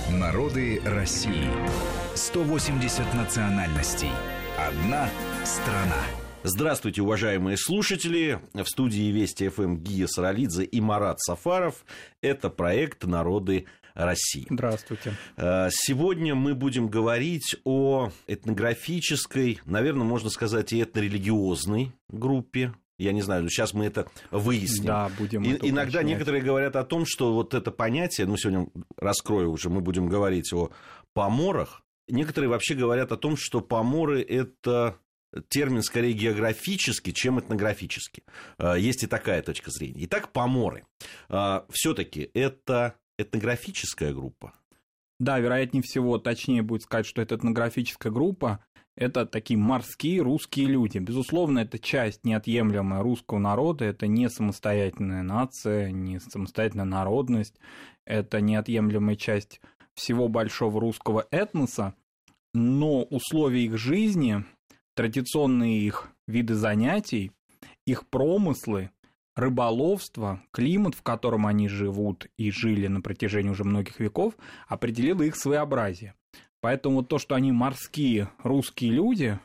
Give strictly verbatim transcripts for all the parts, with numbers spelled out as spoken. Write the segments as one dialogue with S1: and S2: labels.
S1: Народы России. сто восемьдесят национальностей. Одна страна.
S2: Здравствуйте, уважаемые слушатели. В студии Вести ФМ Гия Саралидзе и Марат Сафаров. Это проект «Народы России».
S3: Здравствуйте.
S2: Сегодня мы будем говорить о этнографической, наверное, можно сказать, и этнорелигиозной группе. Я не знаю, сейчас мы это выясним.
S3: Да, будем
S2: и,
S3: это
S2: Иногда
S3: уточнять.
S2: Некоторые говорят о том, что вот это понятие, ну, сегодня раскрою уже, мы будем говорить о поморах. Некоторые вообще говорят о том, что поморы – это термин скорее географический, чем этнографический. Есть и такая точка зрения. Итак, поморы. Все-таки это этнографическая группа?
S3: Да, вероятнее всего, точнее будет сказать, что это этнографическая группа. Это такие морские русские люди. Безусловно, это часть неотъемлемая русского народа. Это не самостоятельная нация, не самостоятельная народность. Это неотъемлемая часть всего большого русского этноса. Но условия их жизни, традиционные их виды занятий, их промыслы, рыболовство, климат, в котором они живут и жили на протяжении уже многих веков, определило их своеобразие. Поэтому то, что они морские русские люди,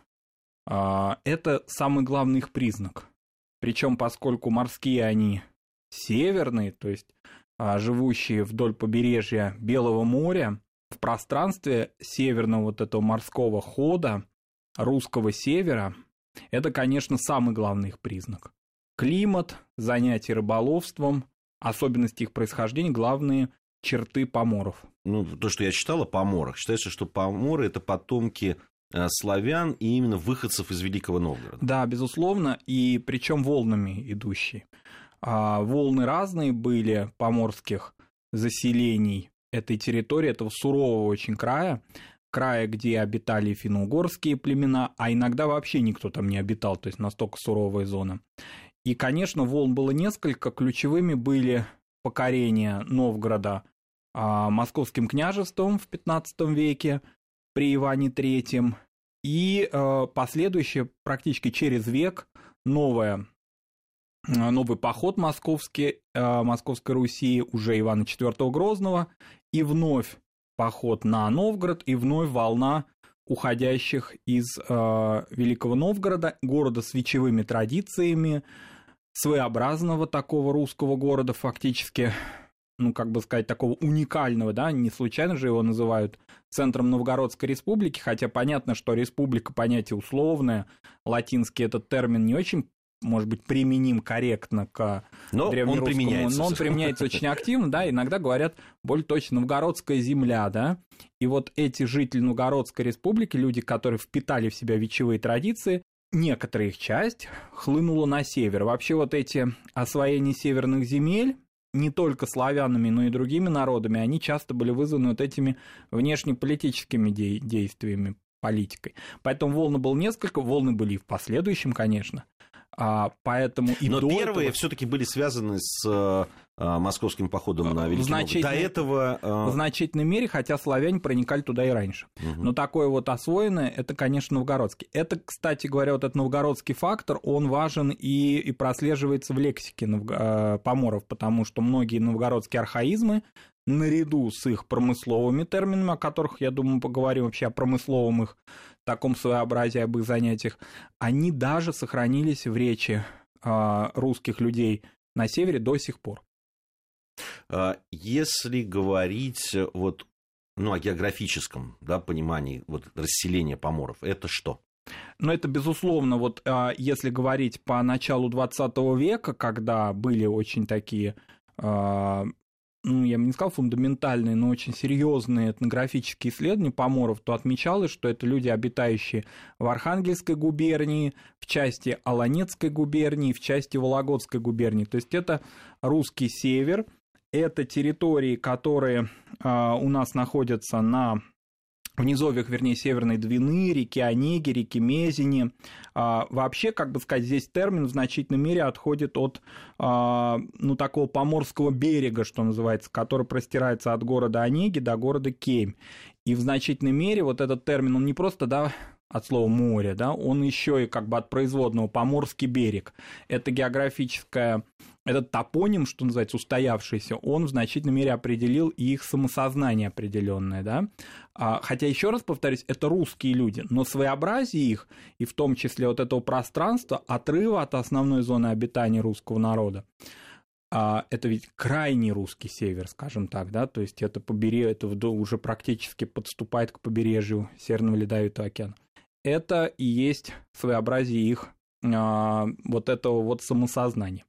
S3: это самый главный их признак. Причем, поскольку морские они северные, то есть живущие вдоль побережья Белого моря, в пространстве северного вот этого морского хода, русского севера, это, конечно, самый главный их признак. Климат, занятия рыболовством, особенности их происхождения, главные черты поморов.
S2: Ну, то, что я читал о поморах, считается, что поморы – это потомки славян и именно выходцев из Великого Новгорода.
S3: Да, безусловно, и причем волнами идущие. А, волны разные были поморских заселений этой территории, этого сурового очень края, края, где обитали финно-угорские племена, а иногда вообще никто там не обитал, то есть настолько суровая зона. И, конечно, волн было несколько, ключевыми были покорения Новгорода а, московским княжеством в пятнадцатом веке при Иване третьем и а, последующее практически через век новое, новый поход московский, а, Московской Руси уже Ивана четвёртого Грозного и вновь поход на Новгород и вновь волна уходящих из э, Великого Новгорода, города с вечевыми традициями, своеобразного такого русского города, фактически, ну, как бы сказать, такого уникального, да, не случайно же его называют центром Новгородской республики, хотя понятно, что республика понятие условное, латинский этот термин не очень, может быть, применим корректно к
S2: но
S3: древнерусскому,
S2: он применяется.
S3: но он применяется очень активно, да, иногда говорят более точно новгородская земля, да, и вот эти жители Новгородской республики, люди, которые впитали в себя вечевые традиции, некоторая их часть хлынула на север. Вообще вот эти освоения северных земель, не только славянами, но и другими народами, они часто были вызваны вот этими внешнеполитическими де- действиями, политикой. Поэтому волны было несколько, волны были и в последующем, конечно. А, поэтому и
S2: Но
S3: до
S2: первые
S3: этого...
S2: все-таки были связаны с а, московским походом на Великий Новгород. До этого... А...
S3: В значительной мере, хотя славяне проникали туда и раньше. Угу. Но такое вот освоенное, это, конечно, новгородский. Это, кстати говоря, вот этот новгородский фактор, он важен и, и прослеживается в лексике новго... поморов, потому что многие новгородские архаизмы, наряду с их промысловыми терминами, о которых, я думаю, поговорим вообще о промысловом их таком своеобразии, об их занятиях, они даже сохранились в речи э, русских людей на севере до сих пор.
S2: Если говорить вот, ну, о географическом, да, понимании вот, расселения поморов, это что?
S3: Ну, это, безусловно, вот э, если говорить по началу двадцатого века, когда были очень такие... Э, ну, я бы не сказал фундаментальные, но очень серьезные этнографические исследования поморов, то отмечалось, что это люди, обитающие в Архангельской губернии, в части Аланецкой губернии, в части Вологодской губернии. То есть это русский север, это территории, которые а, у нас находятся на... в низовьях, вернее, Северной Двины, реки Онеги, реки Мезени. А, вообще, как бы сказать, здесь термин в значительной мере отходит от а, ну, такого поморского берега, что называется, который простирается от города Онеги до города Кемь. И в значительной мере вот этот термин, он не просто, да, от слова море, да, он еще и как бы от производного Поморский берег. Это географическое, этот топоним, что называется, устоявшийся, он в значительной мере определил и их самосознание определенное, да. А, хотя, еще раз повторюсь, это русские люди, но своеобразие их, и в том числе вот этого пространства, отрыва от основной зоны обитания русского народа, а, это ведь крайний русский север, скажем так, да, то есть это побережье, это уже практически подступает к побережью Северного Ледовитого океана. Это и есть своеобразие их а, вот этого вот самосознания.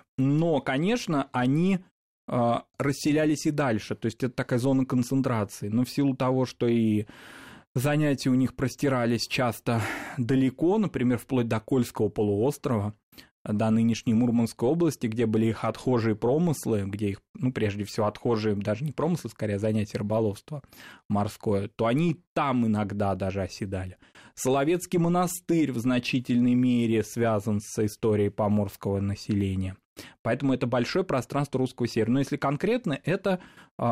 S3: Но, конечно, они а, расселялись и дальше, то есть это такая зона концентрации, но в силу того, что и занятия у них простирались часто далеко, например, вплоть до Кольского полуострова, до нынешней Мурманской области, где были их отхожие промыслы, где их, ну, прежде всего, отхожие, даже не промыслы, скорее, занятия рыболовства морское, то они там иногда даже оседали. Соловецкий монастырь в значительной мере связан с историей поморского населения. Поэтому это большое пространство русского севера. Но если конкретно, это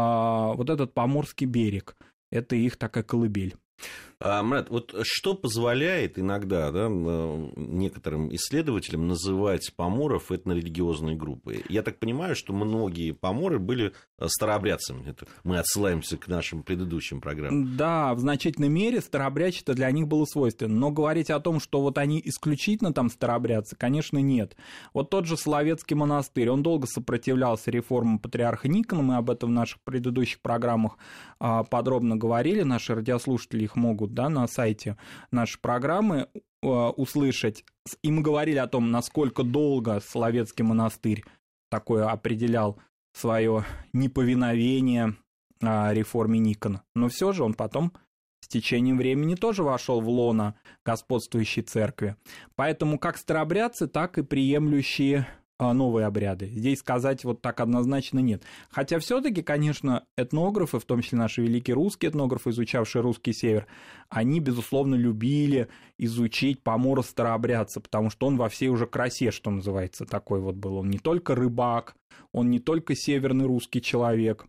S3: а, вот этот Поморский берег, это их такая колыбель.
S2: А, Марат, вот что позволяет иногда, да, некоторым исследователям называть поморов этнорелигиозной группой? Я так понимаю, что многие поморы были старообрядцами. Это мы отсылаемся к нашим предыдущим программам.
S3: Да, в значительной мере старообрядчество для них было свойственно. Но говорить о том, что вот они исключительно там старообрядцы, конечно, нет. Вот тот же Соловецкий монастырь, он долго сопротивлялся реформам патриарха Никона. Мы об этом в наших предыдущих программах подробно говорили. Наши радиослушатели их могут, да, на сайте нашей программы э, услышать. И мы говорили о том, насколько долго Соловецкий монастырь такое определял свое неповиновение э, реформе Никона. Но все же он потом с течением времени тоже вошел в лоно господствующей церкви. Поэтому как старообрядцы, так и приемлющие новые обряды. Здесь сказать вот так однозначно нет. Хотя все-таки, конечно, этнографы, в том числе наши великие русские этнографы, изучавшие русский север, они, безусловно, любили изучить помора старообрядца, потому что он во всей уже красе, что называется, такой вот был. Он не только рыбак, он не только северный русский человек,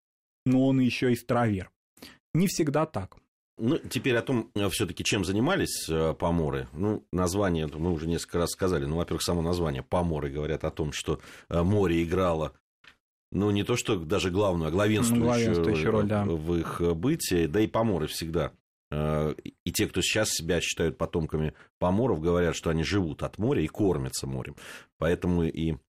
S3: но он еще и старовер. Не всегда так.
S2: Ну, теперь о том, все-таки, чем занимались поморы. Ну, название мы уже несколько раз сказали. Ну, во-первых, само название поморы говорят о том, что море играло, ну, не то что даже главную, а главенствующую, главенствующую роль, да, в их бытии. Да и поморы всегда. И те, кто сейчас себя считают потомками поморов, говорят, что они живут от моря и кормятся морем. Поэтому и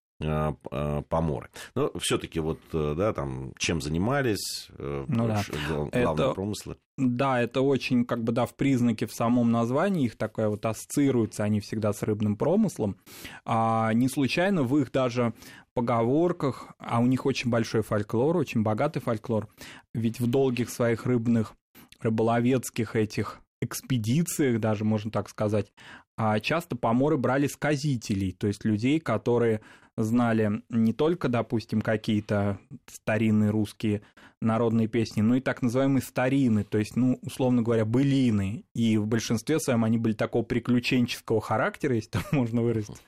S2: поморы. Но все-таки вот, да, там, чем занимались, ну, да, главные
S3: это,
S2: промыслы.
S3: Да, это очень, как бы, да, в признаке в самом названии их такое вот ассоциируются они всегда с рыбным промыслом. А не случайно в их даже поговорках, а у них очень большой фольклор, очень богатый фольклор, ведь в долгих своих рыбных, рыболовецких этих экспедициях, даже можно так сказать, часто поморы брали сказителей, то есть людей, которые знали не только, допустим, какие-то старинные русские народные песни, но и так называемые старины, то есть, ну, условно говоря, былины. И в большинстве своем они были такого приключенческого характера, если так можно выразить,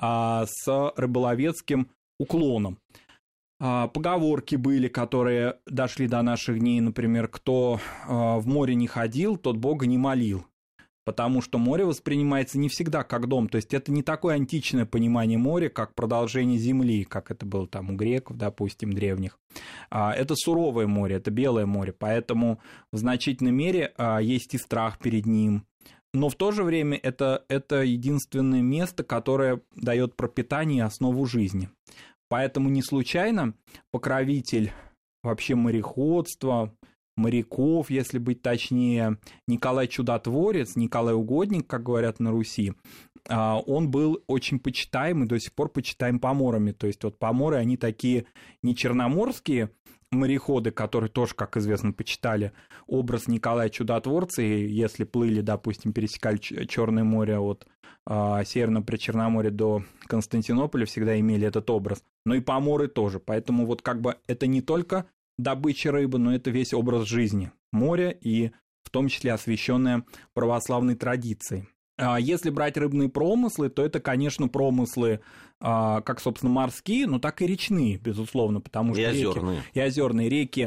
S3: с рыболовецким уклоном. Поговорки были, которые дошли до наших дней, например, кто в море не ходил, тот Бога не молил. Потому что море воспринимается не всегда как дом, то есть это не такое античное понимание моря, как продолжение земли, как это было там у греков, допустим, древних. Это суровое море, это белое море, поэтому в значительной мере есть и страх перед ним. Но в то же время это, это единственное место, которое дает пропитание и основу жизни. Поэтому не случайно покровитель вообще мореходства, моряков, если быть точнее, Николай Чудотворец, Николай Угодник, как говорят на Руси, он был очень почитаем и до сих пор почитаем поморами. То есть вот поморы, они такие не черноморские мореходы, которые тоже, как известно, почитали образ Николая Чудотворца, и если плыли, допустим, пересекали Черное море от Северного Причерноморья до Константинополя, всегда имели этот образ. Но и поморы тоже. Поэтому вот как бы это не только добыча рыбы, но это весь образ жизни моря и в том числе освященная православной традицией. Если брать рыбные промыслы, то это, конечно, промыслы как, собственно, морские, но так и речные, безусловно, потому что
S2: и озерные.
S3: Реки, и озерные реки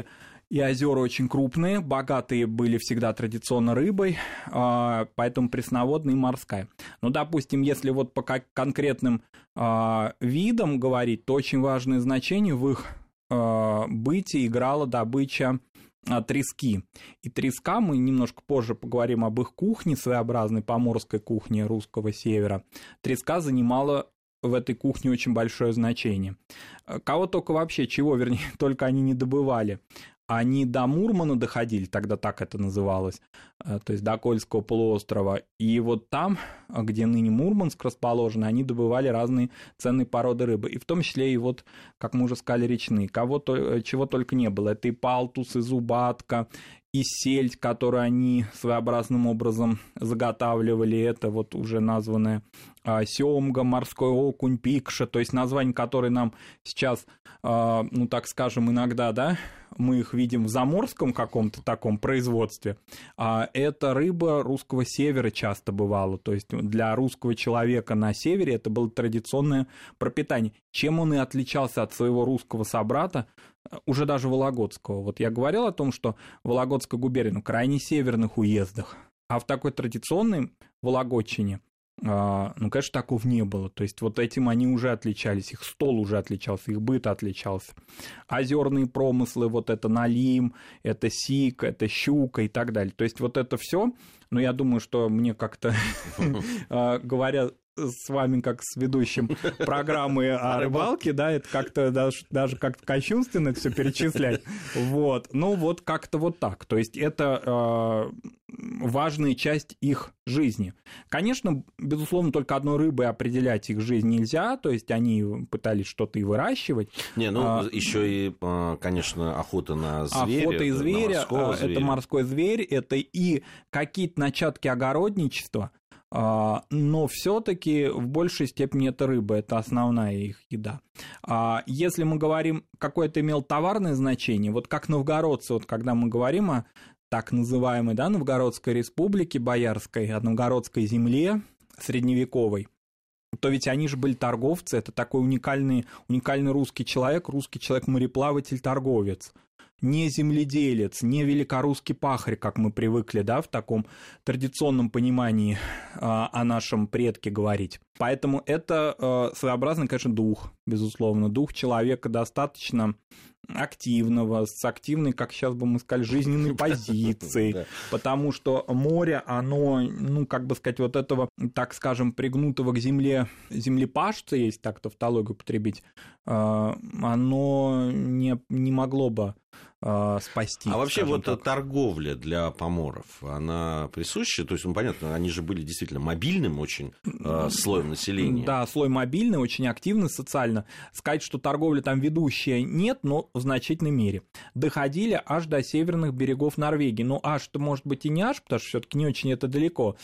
S3: и озера очень крупные, богатые были всегда традиционно рыбой, поэтому пресноводная и морская. Но, допустим, если вот по конкретным видам говорить, то очень важное значение в их бытии играла добыча трески. И треска, мы немножко позже поговорим об их кухне, своеобразной поморской кухне русского севера. Треска занимала в этой кухне очень большое значение. Кого только вообще, чего, вернее, только они не добывали. Они до Мурмана доходили, тогда так это называлось, то есть до Кольского полуострова. И вот там, где ныне Мурманск расположен, они добывали разные ценные породы рыбы. И в том числе и вот, как мы уже сказали, речные. Кого то, чего только не было. Это и палтус, и зубатка, и сельдь, которую они своеобразным образом заготавливали. Это вот уже названная сёмга, морской окунь, пикша, то есть названия, которые нам сейчас, ну так скажем, иногда, да, мы их видим в заморском каком-то таком производстве. Это рыба русского севера часто бывала, то есть для русского человека на севере это было традиционное пропитание. Чем он и отличался от своего русского собрата, уже даже Вологодского. Вот я говорил о том, что Вологодская губерния, ну, крайне северных уездах, а в такой традиционной Вологодчине, ну, конечно, такого не было. То есть вот этим они уже отличались, их стол уже отличался, их быт отличался. Озерные промыслы, вот это налим, это сик, это щука и так далее. То есть вот это все, но я думаю, что мне как-то, говоря с вами как с ведущим программы о рыбалке, да, это как-то даже, даже как-то кощунственно все перечислять. Вот. Ну, вот как-то вот так. То есть это э, важная часть их жизни. Конечно, безусловно, только одной рыбой определять их жизнь нельзя, то есть они пытались что-то и выращивать.
S2: Не, ну,
S3: а,
S2: еще и, конечно, охота на зверя.
S3: Охота и зверя, это
S2: зверя.
S3: Морской зверь, это и какие-то начатки огородничества, но все-таки в большей степени это рыба, это основная их еда. Если мы говорим, какое это имело товарное значение, вот как новгородцы, вот когда мы говорим о так называемой, да, Новгородской республике Боярской, о новгородской земле средневековой, то ведь они же были торговцы, это такой уникальный, уникальный русский человек, русский человек-мореплаватель, торговец. Не земледелец, не великорусский пахарь, как мы привыкли, да, в таком традиционном понимании э, о нашем предке говорить. Поэтому это э, своеобразный, конечно, дух, безусловно, дух человека достаточно активного, с активной, как сейчас бы мы сказали, жизненной позицией, потому что море, оно, ну, как бы сказать, вот этого, так скажем, пригнутого к земле землепашца, есть так тавтологию употребить, оно не, не могло бы спасти.
S2: А вообще вот
S3: так.
S2: Торговля для поморов, она присуща? То есть, ну, понятно, они же были действительно мобильным очень э, слоем населения.
S3: Да, слой мобильный, очень активный социально. Сказать, что торговля там ведущая, нет, но в значительной мере. Доходили аж до северных берегов Норвегии. Ну, аж-то, может быть, и не аж, потому что все-таки не очень это далеко.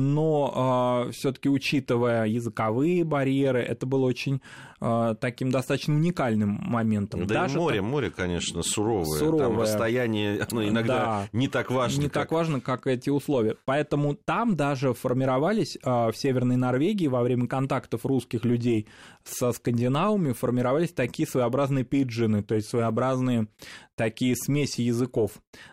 S3: Но э, все-таки, учитывая языковые барьеры, это было очень э, таким достаточно уникальным моментом.
S2: Да,
S3: даже
S2: и море,
S3: так...
S2: море, конечно, суровое.
S3: Суровое.
S2: Там расстояние, оно иногда да, не так важно.
S3: Не
S2: как...
S3: так важно, как эти условия. Поэтому там даже формировались э, в Северной Норвегии во время контактов русских людей со скандинавами формировались такие своеобразные пиджины, то есть своеобразные такие смеси языков.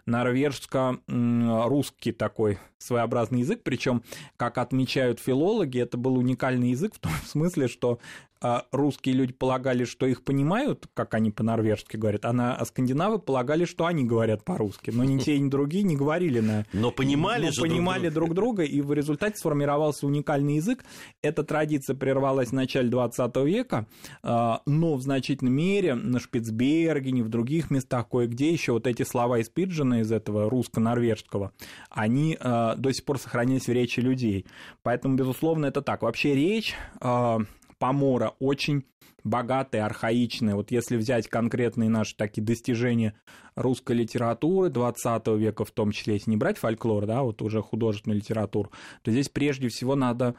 S3: Норвежско-русский такой своеобразный язык, причем, как отмечают филологи, это был уникальный язык в том смысле, что русские люди полагали, что их понимают, как они по-норвежски говорят, а, на, а скандинавы полагали, что они говорят по-русски. Но ни те, ни другие не говорили на...
S2: Но понимали
S3: но
S2: же
S3: понимали друг, друг друга, и в результате сформировался уникальный язык. Эта традиция прервалась в начале двадцатого века, но в значительной мере на Шпицбергене, в других местах, кое-где еще вот эти слова из пиджина, из этого русско-норвежского, они до сих пор сохранились в речи людей. Поэтому, безусловно, это так. Вообще речь... помора очень богатая, архаичная. Вот если взять конкретные наши такие достижения русской литературы двадцатого века, в том числе, если не брать фольклор, да, вот уже художественную литературу, то здесь прежде всего надо,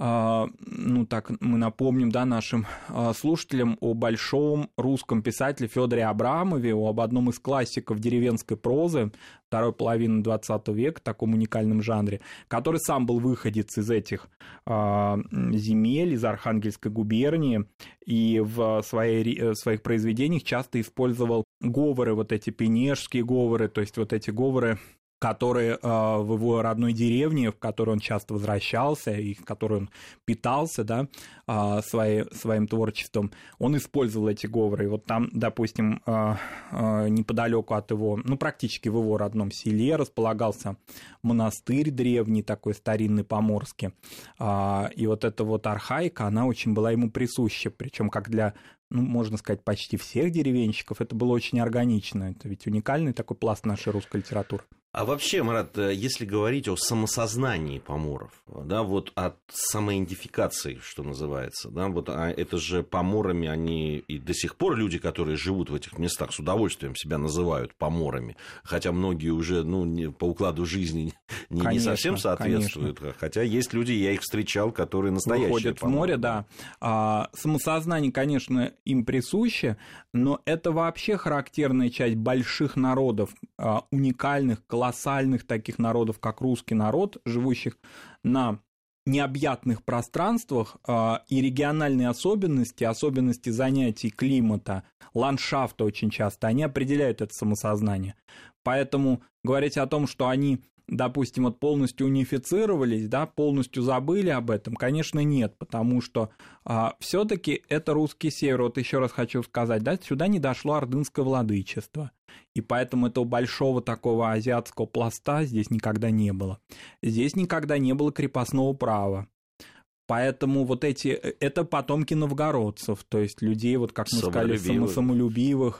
S3: ну так мы напомним, да, нашим слушателям о большом русском писателе Фёдоре Абрамове, об одном из классиков деревенской прозы второй половины двадцатого века, в таком уникальном жанре, который сам был выходец из этих земель, из Архангельской губернии, и в своей, в своих произведениях часто использовал говоры, вот эти пенежские говоры, то есть вот эти говоры, которые э, в его родной деревне, в которой он часто возвращался и в которой он питался, да, э, своей, своим творчеством, он использовал эти говоры. И вот там, допустим, э, э, неподалеку от его, ну, практически в его родном селе располагался монастырь древний, такой старинный поморский. Э, и вот эта вот архаика, она очень была ему присуща, причем как для, ну, можно сказать, почти всех деревенщиков, это было очень органично. Это ведь уникальный такой пласт нашей русской литературы.
S2: А вообще, Марат, если говорить о самосознании поморов, да, вот от самоидентификации, что называется, да, вот а это же поморами они и до сих пор люди, которые живут в этих местах, с удовольствием себя называют поморами, хотя многие уже, ну, не, по укладу жизни не, конечно, не совсем соответствуют, конечно. Хотя есть люди, я их встречал, которые настоящие
S3: выходят
S2: поморы.
S3: В море, да. А, самосознание, конечно, им присуще, но это вообще характерная часть больших народов, а, уникальных, колоссальных таких народов, как русский народ, живущих на необъятных пространствах, э, и региональные особенности, особенности занятий, климата, ландшафта очень часто, они определяют это самосознание. Поэтому говорить о том, что они, допустим, вот полностью унифицировались, да, полностью забыли об этом, конечно, нет, потому что а, все-таки это русский север. Вот еще раз хочу сказать, да, сюда не дошло ордынское владычество, и поэтому этого большого такого азиатского пласта здесь никогда не было. Здесь никогда не было крепостного права. Поэтому вот эти, это потомки новгородцев, то есть людей, вот как мы сказали, само, самолюбивых,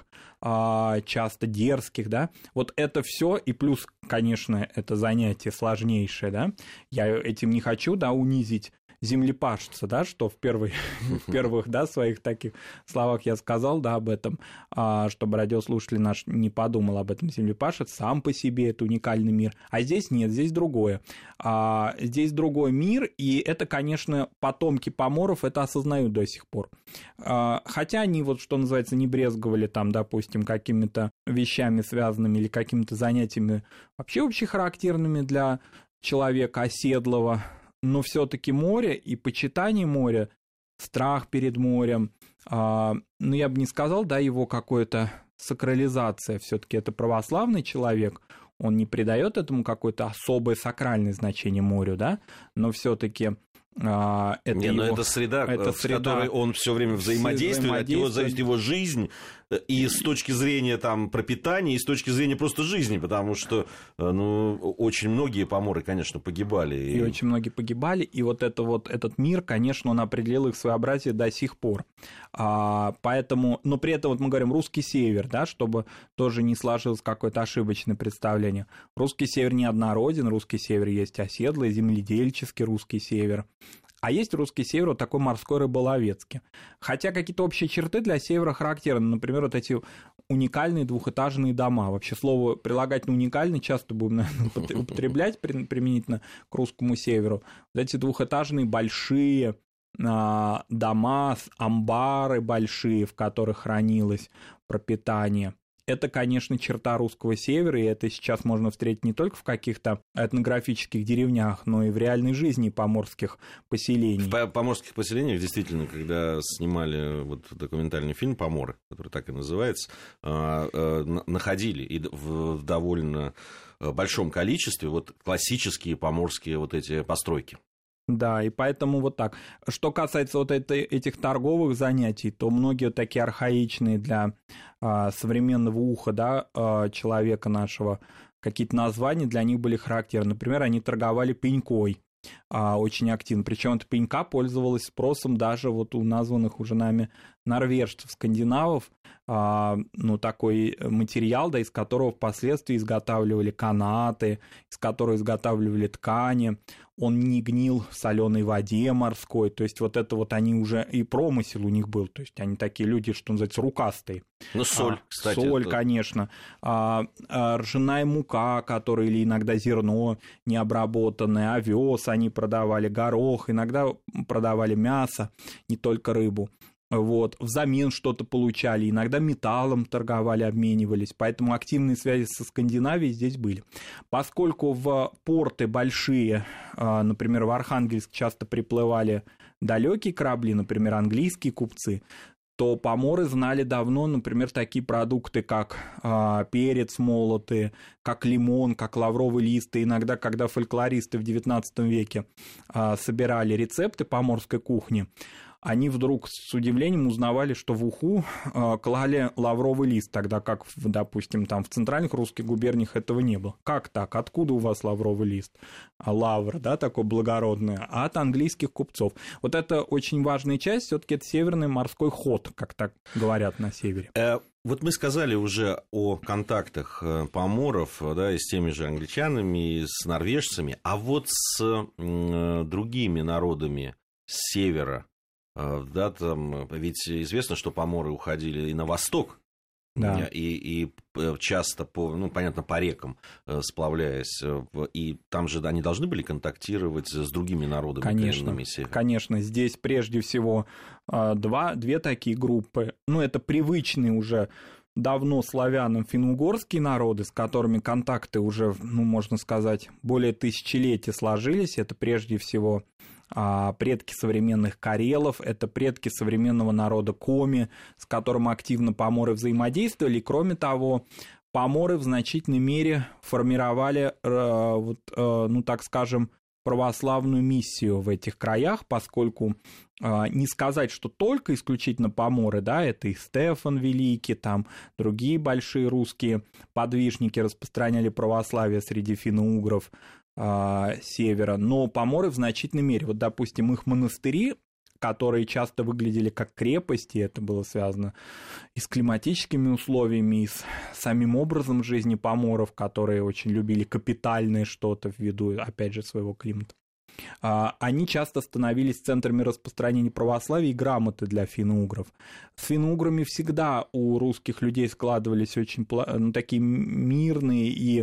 S3: часто дерзких, да, вот это все, и плюс, конечно, это занятие сложнейшее, да, я этим не хочу, да, унизить землепашца, да, что в, первой, в первых, да, своих таких словах я сказал, да, об этом, а, чтобы радиослушатель наш не подумал об этом. Землепашец сам по себе, это уникальный мир, а здесь нет, здесь другое. А, здесь другой мир, и это, конечно, потомки поморов это осознают до сих пор. А, хотя они, вот, что называется, не брезговали там, допустим, какими-то вещами связанными или какими-то занятиями вообще общехарактерными для человека оседлого, но все-таки море и почитание моря, страх перед морем, а, ну, я бы не сказал, да, его какая-то сакрализация, все-таки это православный человек, он не придает этому какое-то особое сакральное значение морю, да, но все-таки а, это,
S2: не,
S3: его,
S2: это среда,
S3: это
S2: в
S3: среда,
S2: которой он все время взаимодействует, от него зависит его жизнь, и с точки зрения там пропитания, и с точки зрения просто жизни, потому что, ну, очень многие поморы, конечно, погибали.
S3: И, и очень многие погибали, и вот, это вот этот мир, конечно, он определил их своеобразие до сих пор. А, поэтому, но при этом вот мы говорим русский север, да, чтобы тоже не сложилось какое-то ошибочное представление. Русский север неоднороден, русский север есть оседлый, земледельческий русский север. А есть русский север, вот такой морской рыболовецкий. Хотя какие-то общие черты для севера характерны. Например, вот эти уникальные двухэтажные дома. Вообще слово прилагательно уникальный часто будем, наверное, употреблять применительно к русскому северу. Вот эти двухэтажные большие а, дома, амбары большие, в которых хранилось пропитание. Это, конечно, черта русского севера, и это сейчас можно встретить не только в каких-то этнографических деревнях, но и в реальной жизни поморских поселений.
S2: В поморских поселениях, действительно, когда снимали вот документальный фильм «Поморы», который так и называется, находили и в довольно большом количестве вот классические поморские вот эти постройки.
S3: Да, и поэтому вот так. Что касается вот этой, этих торговых занятий, то многие такие архаичные для а, современного уха, да, а, человека нашего, какие-то названия для них были характерны. Например, они торговали пенькой а, очень активно. Причем эта пенька пользовалась спросом даже вот у названных уже нами норвежцев, скандинавов. А, ну, такой материал, да, из которого впоследствии изготавливали канаты, из которого изготавливали ткани. Он не гнил в соленой воде морской, то есть вот это вот они уже, и промысел у них был, то есть они такие люди, что называется, рукастые.
S2: Ну, соль, а, кстати.
S3: Соль,
S2: это...
S3: конечно. А, а, ржаная мука, которая, или иногда зерно необработанное, овес они продавали, горох, иногда продавали мясо, не только рыбу. Вот, взамен что-то получали, иногда металлом торговали, обменивались, поэтому активные связи со Скандинавией здесь были. Поскольку в порты большие, например, в Архангельск часто приплывали далекие корабли, например, английские купцы, то поморы знали давно, например, такие продукты, как э, перец молотый, как лимон, как лавровый лист. И иногда, когда фольклористы в девятнадцатом веке э, собирали рецепты поморской кухни, они вдруг с удивлением узнавали, что в уху э, клали лавровый лист, тогда как, в, допустим, там в центральных русских губерниях этого не было. Как так? Откуда у вас лавровый лист? А лавр, да, такой благородный, от английских купцов. Вот это очень важная часть, все-таки это северный морской ход, как так говорят на севере.
S2: Вот мы сказали уже о контактах поморов, да, и с теми же англичанами, и с норвежцами, а вот с э, другими народами с севера. Да, там, ведь известно, что поморы уходили и на восток, да. и, и часто, по, ну, понятно, по рекам сплавляясь, и там же они должны были контактировать с другими народами.
S3: Конечно, конечно, здесь прежде всего два, две такие группы, ну, это привычные уже давно славянам финно-угорские народы, с которыми контакты уже, ну, можно сказать, более тысячелетия сложились, это прежде всего предки современных карелов, это предки современного народа коми, с которым активно поморы взаимодействовали. И, кроме того, поморы в значительной мере формировали, вот, ну, так скажем, православную миссию в этих краях, поскольку не сказать, что только исключительно поморы, да, это и Стефан Великий, там другие большие русские подвижники распространяли православие среди финно-угров севера, но поморы в значительной мере. Вот, допустим, их монастыри, которые часто выглядели как крепости, это было связано и с климатическими условиями, и с самим образом жизни поморов, которые очень любили капитальное что-то ввиду, опять же, своего климата. Они часто становились центрами распространения православия и грамоты для финно-угров. С финно-уграми всегда у русских людей складывались очень, ну, такие мирные и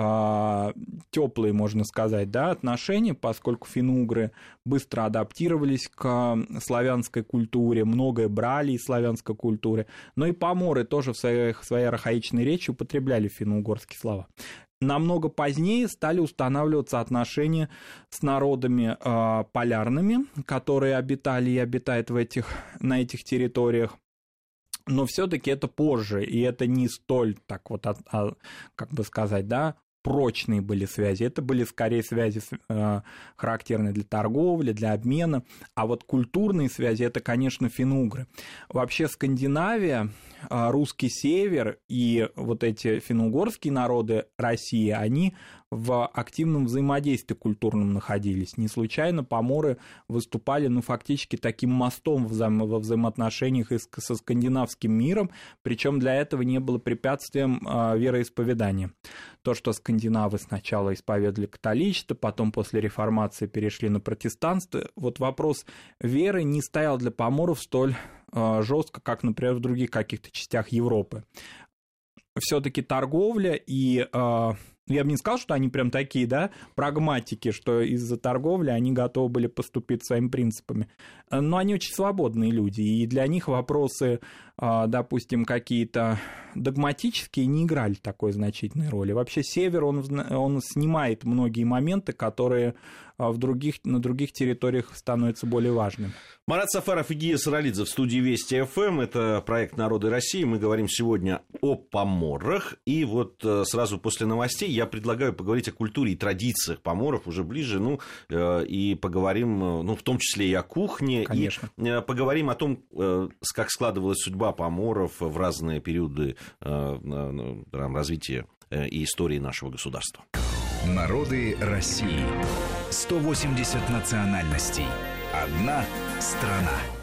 S3: э, теплые, можно сказать, да, отношения, поскольку финно-угры быстро адаптировались к славянской культуре, многое брали из славянской культуры, но и поморы тоже в своей, в своей архаичной речи употребляли финно-угорские слова. Намного позднее стали устанавливаться отношения с народами э, полярными, которые обитали и обитают в этих, на этих территориях. Но все-таки это позже, и это не столь, так вот, а, а, как бы сказать, да, прочные были связи. Это были скорее связи, э, характерные для торговли, для обмена. А вот культурные связи — это, конечно, финно-угры. Вообще Скандинавия, э, русский север и вот эти финно-угорские народы России, они в активном взаимодействии культурном находились. Не случайно поморы выступали, ну, фактически таким мостом вза- во взаимоотношениях и со скандинавским миром, причем для этого не было препятствием э, вероисповедания. То, что скандинавы сначала исповедовали католичество, потом после реформации перешли на протестанство, вот вопрос веры не стоял для поморов столь э, жестко, как, например, в других каких-то частях Европы. Все-таки торговля и... Э, Я бы не сказал, что они прям такие, да, прагматики, что из-за торговли они готовы были поступить своими принципами. Но они очень свободные люди, и для них вопросы, допустим, какие-то догматические не играли такой значительной роли. Вообще Север, он, он снимает многие моменты, которые в других, на других территориях становятся более важными.
S2: Марат Сафаров и Гия Саралидзе в студии Вести ФМ. Это проект «Народы России». Мы говорим сегодня о поморах. И вот сразу после новостей я предлагаю поговорить о культуре и традициях поморов уже ближе. Ну, и поговорим, ну, в том числе и о кухне.
S3: Конечно.
S2: И поговорим о том, как складывалась судьба поморов в разные периоды развития и истории нашего государства.
S1: Народы России. сто восемьдесят национальностей. Одна страна.